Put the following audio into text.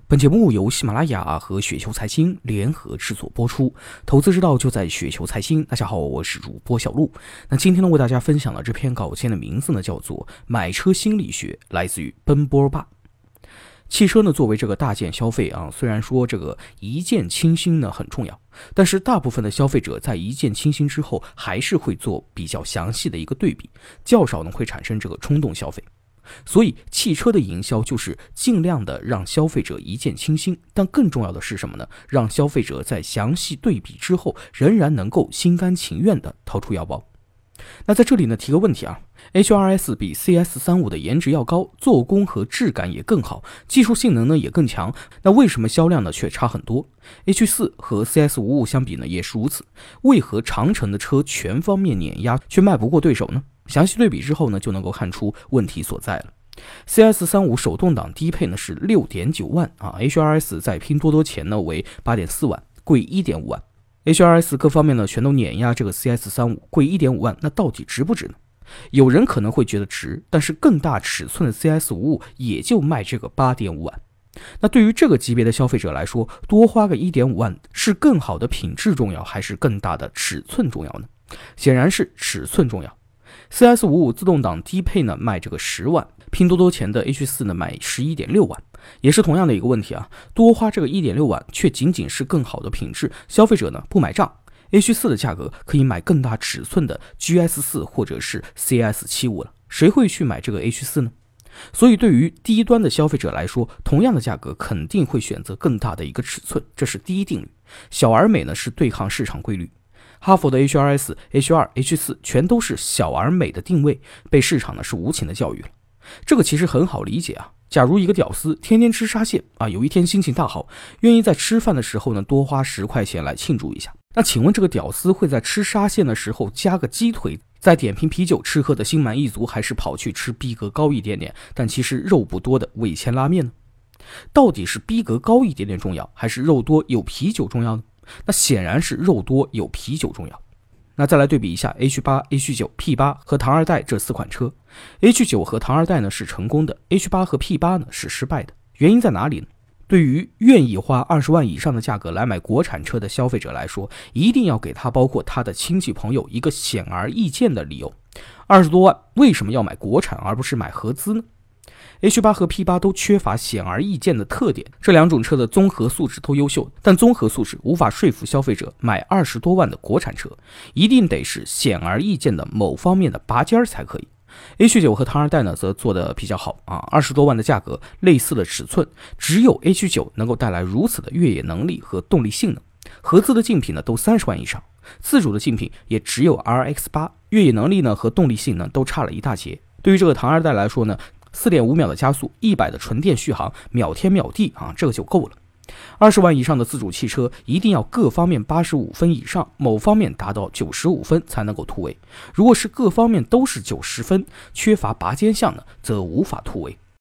本节目由喜马拉雅和雪球财经联合制作播出，投资之道就在雪球财经。大家好，我是主播小璐。那今天呢，为大家分享的这篇稿件的名字呢，叫做《买车心理学》，来自于奔波霸。汽车呢，作为这个大件消费虽然说这个一键清新呢很重要，但是大部分的消费者在一键清新之后，还是会做比较详细的一个对比，较少呢会产生这个冲动消费。所以汽车的营销就是尽量的让消费者一键清新，但更重要的是什么呢？让消费者在详细对比之后，仍然能够心甘情愿的掏出腰包。那在这里呢，提个问题HRS 比 CS35 的颜值要高，做工和质感也更好，技术性能呢也更强，那为什么销量呢却差很多？ H4 和 CS55 相比呢也是如此，为何长城的车全方面碾压却卖不过对手呢？详细对比之后呢，就能够看出问题所在了。CS35 手动挡低配呢是 6.9 万HRS 在拼多多前呢为 8.4 万，贵 1.5 万。HRS 各方面呢全都碾压这个 CS35， 贵 1.5 万，那到底值不值呢？有人可能会觉得值，但是更大尺寸的 CS55 也就卖这个 8.5 万。那对于这个级别的消费者来说，多花个 1.5 万是更好的品质重要，还是更大的尺寸重要呢？显然是尺寸重要。CS55 自动挡低配呢卖这个10万，拼多多前的 H4 呢卖 11.6 万，也是同样的一个问题多花这个 1.6 万却仅仅是更好的品质，消费者呢不买账。H4 的价格可以买更大尺寸的 GS4 或者是 CS75 了，谁会去买这个 H4 呢？所以对于低端的消费者来说，同样的价格肯定会选择更大的一个尺寸，这是第一定律。小而美呢是对抗市场规律。哈佛的 HR、H2、H4 全都是小而美的定位，被市场呢是无情的教育了。这个其实很好理解假如一个屌丝天天吃沙县有一天心情大好，愿意在吃饭的时候呢多花10块钱来庆祝一下，那请问这个屌丝会在吃沙县的时候加个鸡腿，再点瓶啤酒吃喝的心满意足，还是跑去吃逼格高一点点但其实肉不多的味千拉面呢？到底是逼格高一点点重要，还是肉多有啤酒重要呢？那显然是肉多有啤酒重要。那再来对比一下 H8、H9、P8 和唐二代这4款车。H9 和唐二代呢是成功的， H8 和 P8 呢是失败的。原因在哪里呢？对于愿意花20万以上的价格来买国产车的消费者来说，一定要给他包括他的亲戚朋友一个显而易见的理由。20多万为什么要买国产而不是买合资呢？H8 和 P8 都缺乏显而易见的特点，这两种车的综合素质都优秀，但综合素质无法说服消费者买20多万的国产车，一定得是显而易见的某方面的拔尖才可以。H9 和唐二代呢则做得比较好20多万的价格，类似的尺寸，只有 H9 能够带来如此的越野能力和动力性能。合资的竞品呢都30万以上，自主的竞品也只有 RX8， 越野能力呢和动力性能都差了一大截。对于这个唐二代来说呢，4.5 秒的加速，100的纯电续航，秒天秒地这个就够了。20万以上的自主汽车一定要各方面85分以上，某方面达到95分才能够突围。如果是各方面都是90分，缺乏拔尖项呢，则无法突围。